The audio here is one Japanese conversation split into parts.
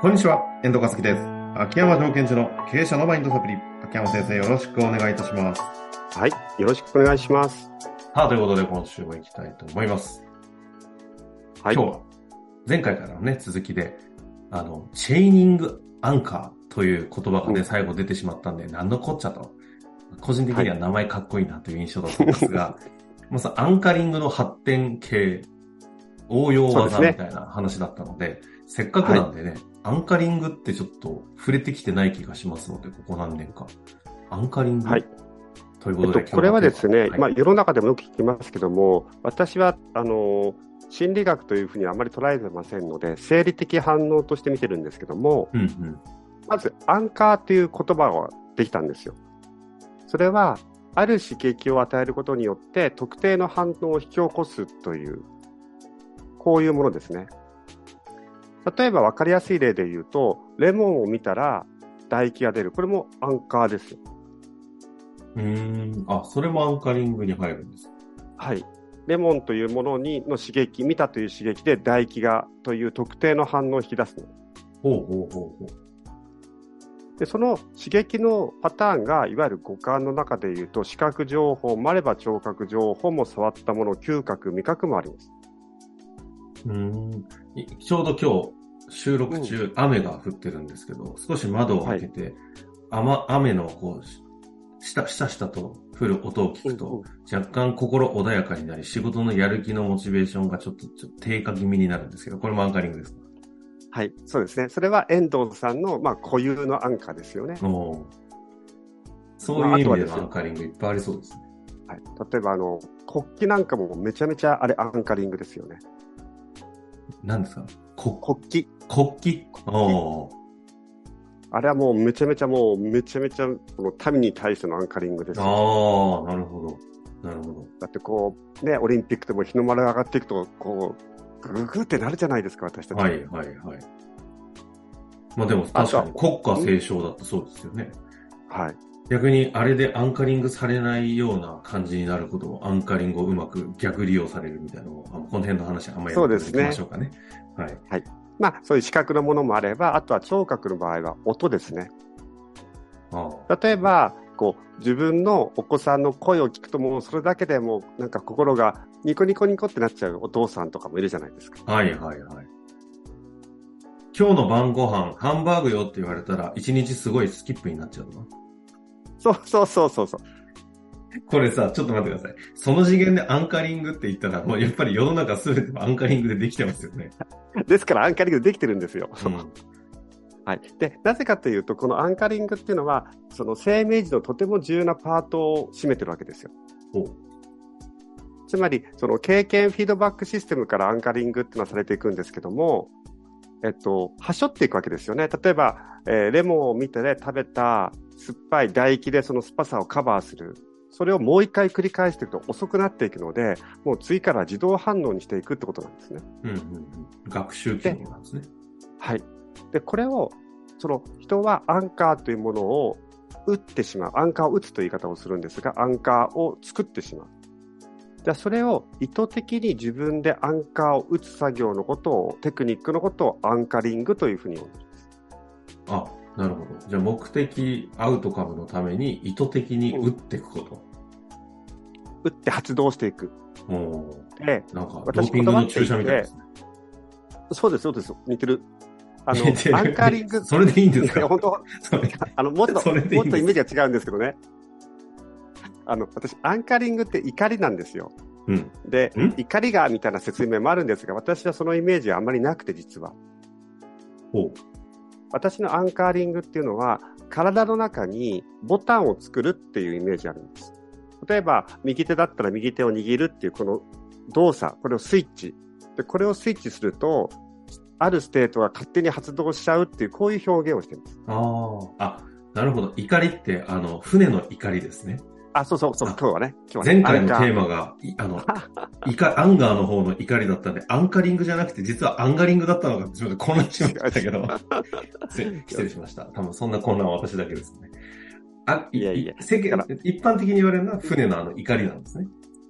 こんにちは、遠藤和樹です。秋山条件地の経営者のマインドサプリ。秋山先生、よろしくお願いいたします。 はい、よろしくお願いします。 さあ、ということで今週も行きたいと思います。 はい。 今日は前回からのね、続きで、チェイニングアンカーという言葉がね、最後出てしまったんで、何のこっちゃと。個人的には名前かっこいいなという印象だったんですが、まずアンカリングの発展系、応用技みたいな話だったので、せっかくなんでね、アンカリングってちょっと触れてきてない気がしますので、ここ何年か。アンカリング、ということで、 これはですね、世の中でもよく聞きますけども、私は、心理学というふうにあまり捉えてませんので、生理的反応として見てるんですけども、まず、アンカーという言葉ができたんですよ。それは、ある刺激を与えることによって、特定の反応を引き起こすという、こういうものですね。例えば分かりやすい例で言うと、レモンを見たら唾液が出る。これもアンカーですよ。 それもアンカリングに入るんです。 はい。レモンというものの刺激、見たという刺激で唾液がという特定の反応を引き出すの。で、その刺激のパターンがいわゆる五感の中で言うと、視覚情報もあれば聴覚情報も触ったもの、嗅覚、味覚もあります。 ちょうど今日収録中、雨が降ってるんですけど、少し窓を開けて、雨のこう、したと降る音を聞くと、若干心穏やかになり、仕事のやる気のモチベーションがちょっと低下気味になるんですけど、これもアンカリングですか？ はい、そうですね。それは遠藤さんの、固有のアンカーですよね。 そういう意味でのアンカリングいっぱいありそうですね。 はい、例えば国旗なんかもめちゃめちゃあれアンカリングですよね。 何ですか？ 国旗。あれはもうめちゃめちゃこの民に対してのアンカリングですよ。 なるほど。 だってこうね、オリンピックでも日の丸上がっていくとこうググってなるじゃないですか、私たち。 でも確かに国歌斉唱だってそうですよね。 はい。 逆にあれでアンカリングされないような感じになることも、アンカリングをうまく逆利用されるみたいなのも、この辺の話あんまりやめておきましょうかね。はい。 そういう視覚のものもあれば、あとは聴覚の場合は音ですね。例えば、自分のお子さんの声を聞くともうそれだけでもうなんか心がニコニコニコってなっちゃうお父さんとかもいるじゃないですか。 今日の晩ご飯、ハンバーグよって言われたら、一日すごいスキップになっちゃうの？ そう。 これさ、ちょっと待ってください。その次元でアンカリングって言ったら、もうやっぱり世の中すべてアンカリングでできてますよね。 ですからアンカリングでできてるんですよ。はい。で、なぜかというと、このアンカリングっていうのは、その生命時のとても重要なパートを占めてるわけですよ。つまり、その経験フィードバックシステムからアンカリングっていうのはされていくんですけども、はしょっていくわけですよね。例えば、レモンを見て食べた酸っぱい唾液でその酸っぱさをカバーする。それをもう一回繰り返していくと遅くなっていくので、もう次から自動反応にしていくってことなんですね。 学習機能なんですね。 はい。で、これを、その人はアンカーというものを打ってしまう。アンカーを打つという言い方をするんですが、アンカーを作ってしまう。じゃあそれを意図的に自分でアンカーを打つ作業のことを、テクニックのことをアンカリングというふうに呼んでいます。 なるほど。じゃあ目的、アウトカムのために意図的に打っていくこと。 打って発動していく。 で、なんかドーピングの注射みたいですね。 そうです。似てる。アンカーリング。 それでいいんですか？ 本当もっとイメージが違うんですけどね。私、アンカリングって怒りなんですよ。で、怒りがみたいな説明もあるんですが、私はそのイメージはあんまりなくて、実は。私のアンカーリングっていうのは、体の中にボタンを作るっていうイメージがあるんです。例えば、右手だったら右手を握るっていうこの動作、これをスイッチ。で、これをスイッチすると、あるステートが勝手に発動しちゃうっていう、こういう表現をしています。 なるほど。怒りって、船の怒りですね。 そう、今日はね。 前回のテーマが、アンガーの方の怒りだったんで、アンカリングじゃなくて、実はアンガリングだったのが、ちょっと混乱しましたけど。失礼しました。多分そんな混乱は私だけですね。一般的に言われるのは船の怒りなんですね。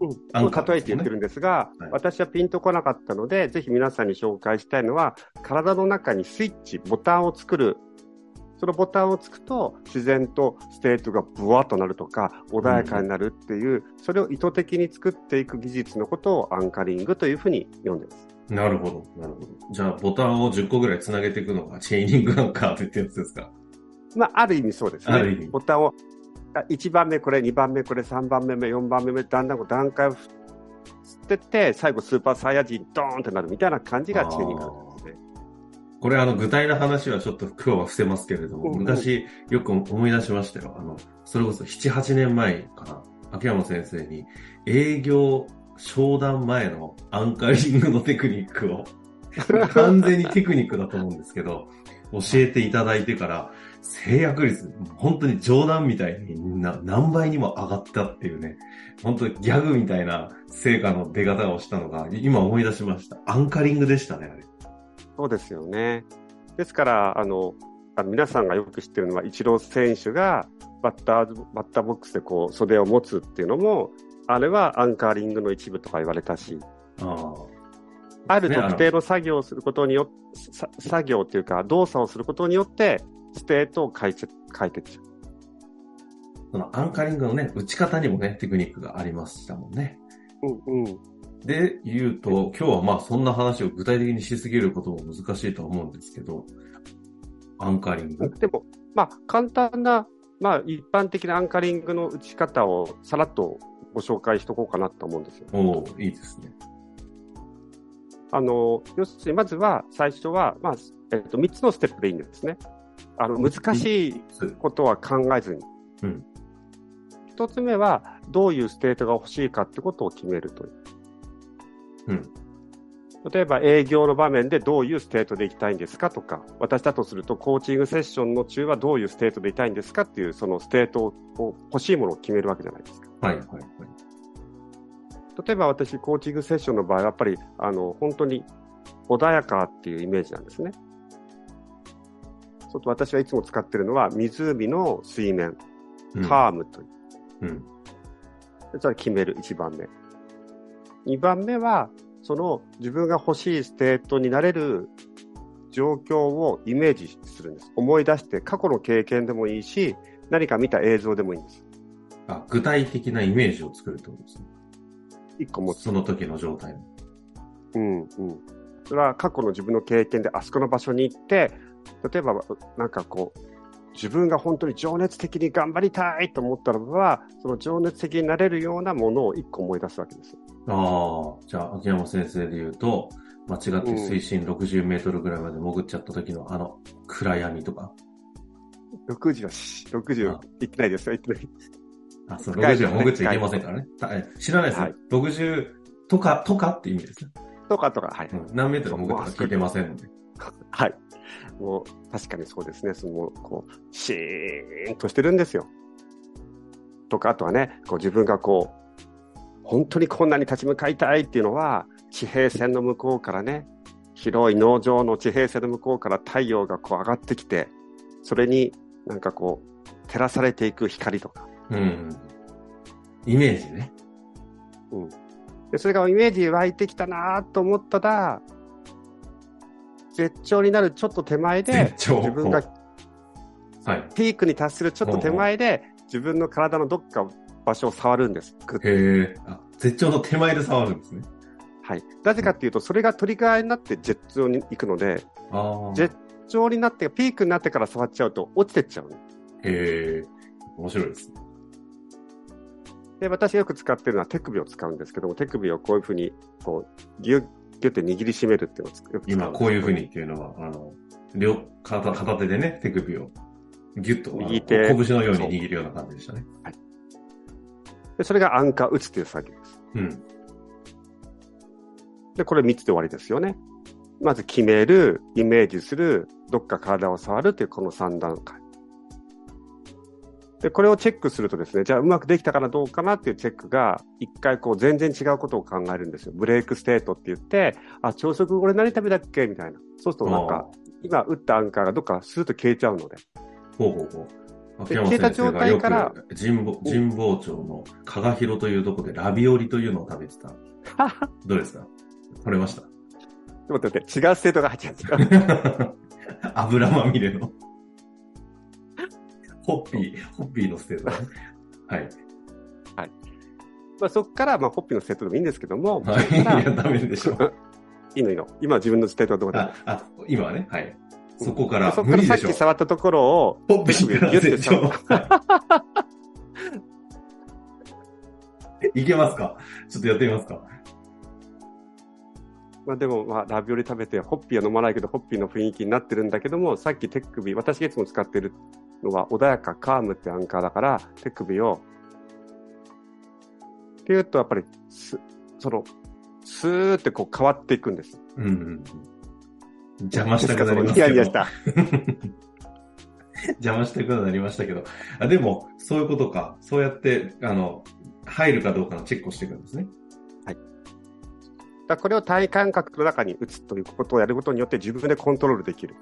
アンカー例えて言ってるんですが、はい、私はピンとこなかったので、ぜひ皆さんに紹介したいのは、体の中にスイッチ、ボタンを作る。そのボタンをつくと、自然とステートがブワッとなるとか、穏やかになるっていう、それを意図的に作っていく技術のことをアンカリングというふうに呼んでます。 なるほど、なるほど。じゃあ、ボタンを10個ぐらいつなげていくのがチェーニングアンカーといったやつですか？ ある意味そうですね。ある意味。ボタンを、1番目これ、2番目これ、3番目4番目だんだん段階を振ってって、最後スーパーサイヤ人ドーンってなるみたいな感じがチェーニングアンカーですね。 これ具体の話はちょっと今日は伏せますけれども、昔よく思い出しましたよ。それこそ7、8年前かな。秋山先生に営業商談前のアンカリングのテクニックを、完全にテクニックだと思うんですけど、教えていただいてから、制約率、本当に冗談みたいに何倍にも上がったっていうね、本当にギャグみたいな成果の出方をしたのが、今思い出しました。アンカリングでしたね、あれ。 そうですよね。ですから、皆さんがよく知ってるのは、イチロー選手がバッターボックスでこう袖を持つっていうのも、あれはアンカーリングの一部とか言われたし、ある特定の作業をすることによって、作業っていうか動作をすることによって、ステートを変えてっちゃう。 そのアンカリングのね、打ち方にもね、テクニックがありましたもんね。で言うと、今日はそんな話を具体的にしすぎることも難しいとは思うんですけど、アンカリング。 でも、簡単な、一般的なアンカリングの打ち方をさらっとご紹介しとこうかなと思うんですよ。 いいですね。 要するに、まずは、最初は、3つのステップでいいんですね。難しいことは考えずに。1つ目は、どういうステートが欲しいかってことを決めるという。例えば営業の場面でどういうステートで行きたいんですかとか、私だとするとコーチングセッションの中はどういうステートでいたいんですかっていう、そのステートを欲しいものを決めるわけじゃないですか。例えば私、コーチングセッションの場合はやっぱり本当に穏やかっていうイメージなんですね。そうと私はいつも使っているのは湖の水面、カームという。それは決める1番目。2番目は、その自分が欲しいステートになれる状況をイメージするんです。思い出して過去の経験でもいいし、何か見た映像でもいいんです。 具体的なイメージを作るってことですね。 1個持つ。 その時の状態の。 それは過去の自分の経験であそこの場所に行って、例えば自分が本当に情熱的に頑張りたいと思ったらば、その情熱的になれるようなものを1個思い出すわけです。 じゃあ、秋山先生で言うと、間違って水深60メートルぐらいまで潜っちゃった時の暗闇とか。 60いってないですよ、いってない。 そう、60は潜っちゃいけませんからね。知らないですよ。60とかって意味ですね。 とか、はい。 何メートル潜ったか聞いてませんので。 はい。もう、確かにそうですね。シーンとしてるんですよ。とか、あとはね、自分が本当にこんなに立ち向かいたいっていうのは、地平線の向こうからね、広い農場の地平線の向こうから太陽が上がってきて、それに照らされていく光とか。 イメージね。 でそれがイメージ湧いてきたなと思ったら、絶頂になるちょっと手前で、自分がピークに達するちょっと手前で、自分の体のどっか場所を触るんです。 絶頂の手前で触るんですね。 はい。なぜかっていうと、それがトリガーになって絶頂に行くので、絶頂になって、ピークになってから触っちゃうと落ちてっちゃう。 面白いですね。 で、私がよく使ってるのは手首を使うんですけども、手首をこういうふうに、ギュッギュッて握りしめるっていうのをよく使うんです。 今こういうふうにっていうのは、片手でね、手首をギュッと、拳のように握るような感じでしたね。はい。 で、それがアンカー打つっていう作業です。で、これ3つで終わりですよね。まず決める、イメージする、どっか体を触るっていうこの3段階。で、これをチェックするとですね、じゃあうまくできたかなどうかなっていうチェックが、一回全然違うことを考えるんですよ。ブレイクステートって言って、朝食これ何食べたっけみたいな。そうすると今打ったアンカーがどっかスーッと消えちゃうので。 秋山先生がよく神保町の加賀広というところでラビオリというのを食べてた。どうですか？取れました？ ちょっと待って、違うステートが入っちゃうんですか？ 油まみれの。ホッピーのステートね。はい。 はい。まあ、そこから、ホッピーのステートでもいいんですけども。 はい。いや、ダメでしょ。 いいの。今自分のステートはどこでも。 今はね。はい。そこから、 そこからさっき触ったところを、 ホッピーから成長。いけますか？ちょっとやってみますか？ でも、ラビオリ食べて、ホッピーは飲まないけど、ホッピーの雰囲気になってるんだけども、さっき手首、私がいつも使ってるのは、穏やかカームってアンカーだから、手首を、っていうと、やっぱり、スーってこう変わっていくんです。 うんうん。邪魔したくなりますけど。 ニヤニヤした。 邪魔したくなりましたけど。でも、そういうことか。そうやって、入るかどうかのチェックをしていくんですね。 はい。これを体感覚の中に打つということをやることによって自分でコントロールできる。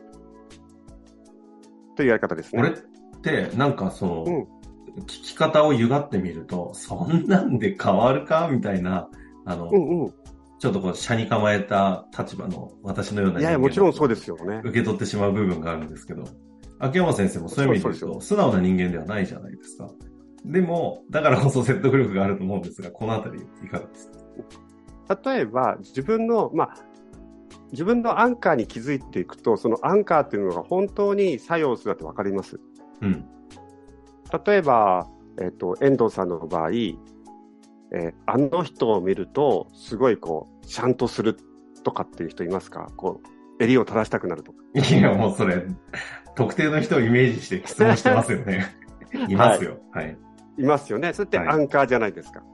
というやり方ですね。 これって、なんか聞き方を歪ってみると、そんなんで変わるかみたいな、ちょっと斜に構えた立場の私のような人間いや、もちろんそうですよね。 受け取ってしまう部分があるんですけど、秋山先生もそういう意味で言うと、素直な人間ではないじゃないですか。でも、だからこそ説得力があると思うんですが、このあたりいかがですか？例えば、自分のアンカーに気づいていくと、そのアンカーっていうのが本当に作用するなってわかります。 うん。 例えば、遠藤さんの場合、あの人を見ると、すごいシャンとするとかっていう人いますか？襟を正したくなるとか。 いや、もうそれ、特定の人をイメージして質問してますよね。いますよ。はい。 いますよね。それってアンカーじゃないですか。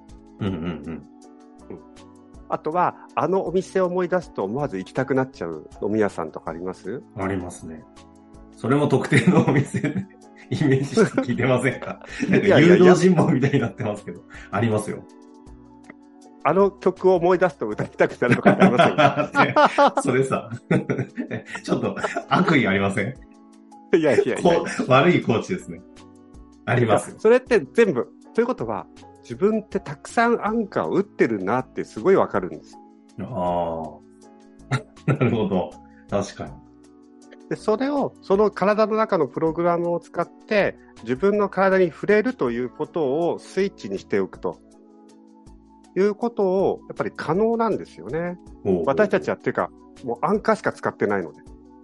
あとは、あのお店を思い出すと思わず行きたくなっちゃう飲み屋さんとかあります？ ありますね。それも特定のお店でイメージして聞いてませんか？なんか誘導尋問みたいになってますけど、ありますよ。 あの曲を思い出すと歌いたくなるとかありませんか？ それさ、ちょっと悪意ありません？ いや。 悪いコーチですね。ありますよ。 それって全部、ということは、自分ってたくさんアンカーを打ってるなってすごいわかるんです。 ああ。なるほど。確かに。 で、それを、その体の中のプログラムを使って、自分の体に触れるということをスイッチにしておくと。いうことを、やっぱり可能なんですよね。私たちはっていうか、もうアンカーしか使ってないので。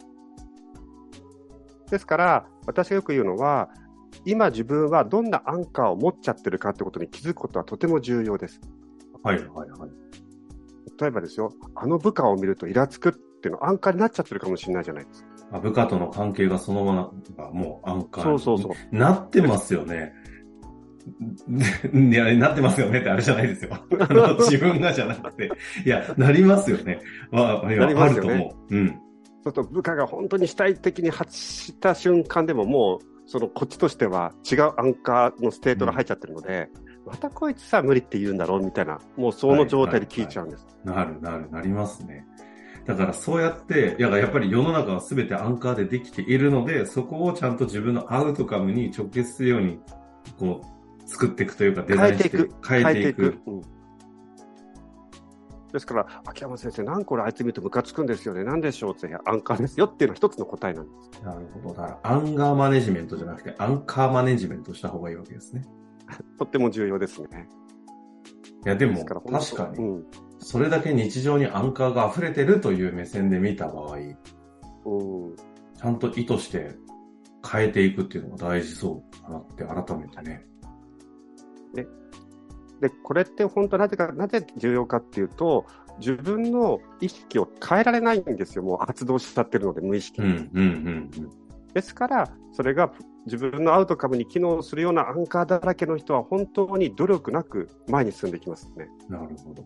ですから、私がよく言うのは、今自分はどんなアンカーを持っちゃってるかってことに気づくことはとても重要です。 はい。 例えばですよ、あの部下を見るとイラつくっていうのアンカーになっちゃってるかもしれないじゃないですか。 部下との関係がそのままもうアンカーにそうなってますよね。いや、なってますよねってあれじゃないですよ。自分がじゃなくて。いや、なりますよね。 なりますよね。 あると思う。うん。 そうすると部下が本当に主体的に発した瞬間でももう、こっちとしては違うアンカーのステートが入っちゃってるので、またこいつさ無理って言うんだろうみたいな、もうその状態で聞いちゃうんです。 なりますね。だからそうやって、やっぱり世の中は全てアンカーでできているので、そこをちゃんと自分のアウトカムに直結するように、作っていくというかデザインして変えていく。 ですから、秋山先生、なんこれあいつ見るとムカつくんですよね。なんでしょうって、アンカーですよっていうのは一つの答えなんです。 なるほど。だから、アンガーマネジメントじゃなくて、アンカーマネジメントした方がいいわけですね。 とっても重要ですね。 いや、でも、確かに、それだけ日常にアンカーが溢れてるという目線で見た場合、ちゃんと意図して変えていくっていうのが大事そうかなって改めてね。 で、これって本当なぜ重要かっていうと、自分の意識を変えられないんですよ。もう発動しちゃってるので、無意識に。ですから、それが自分のアウトカムに機能するようなアンカーだらけの人は本当に努力なく前に進んでいきますね。 なるほど。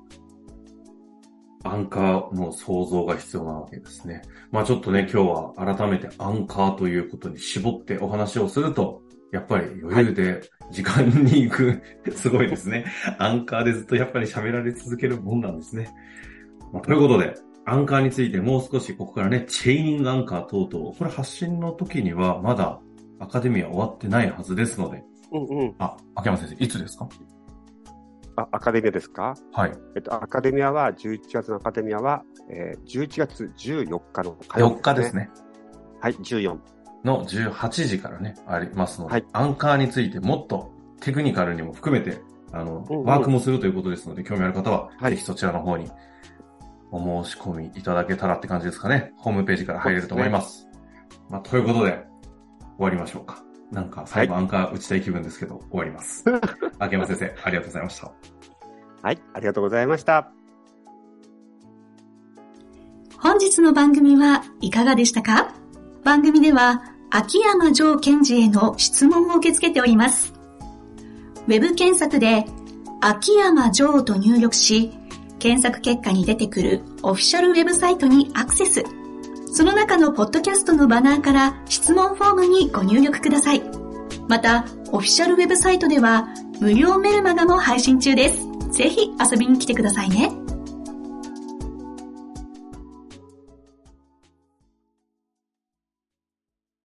アンカーの想像が必要なわけですね。ちょっとね、今日は改めてアンカーということに絞ってお話をすると、やっぱり余裕で時間に行く、すごいですね。アンカーでずっとやっぱり喋られ続けるもんなんですね。ということで、アンカーについてもう少しここからね、チェイニングアンカー等々、これ発信の時にはまだアカデミア終わってないはずですので。秋山先生、いつですか？ アカデミアですか？ はい。 アカデミアは、11月のアカデミアは、11月14日の火曜日ですね。 4日ですね。 はい、14。 の18時からね、ありますので、アンカーについてもっとテクニカルにも含めて、ワークもするということですので、興味ある方は、ぜひそちらの方にお申し込みいただけたらって感じですかね。ホームページから入れると思います。ということで、終わりましょうか。なんか最後アンカー打ちたい気分ですけど、終わります。秋山先生、ありがとうございました。 はい、ありがとうございました。 本日の番組はいかがでしたか？番組では秋山城賢治への質問を受け付けております。ウェブ検索で秋山城と入力し、検索結果に出てくるオフィシャルウェブサイトにアクセス。その中のポッドキャストのバナーから質問フォームにご入力ください。また、オフィシャルウェブサイトでは無料メルマガも配信中です。ぜひ遊びに来てくださいね。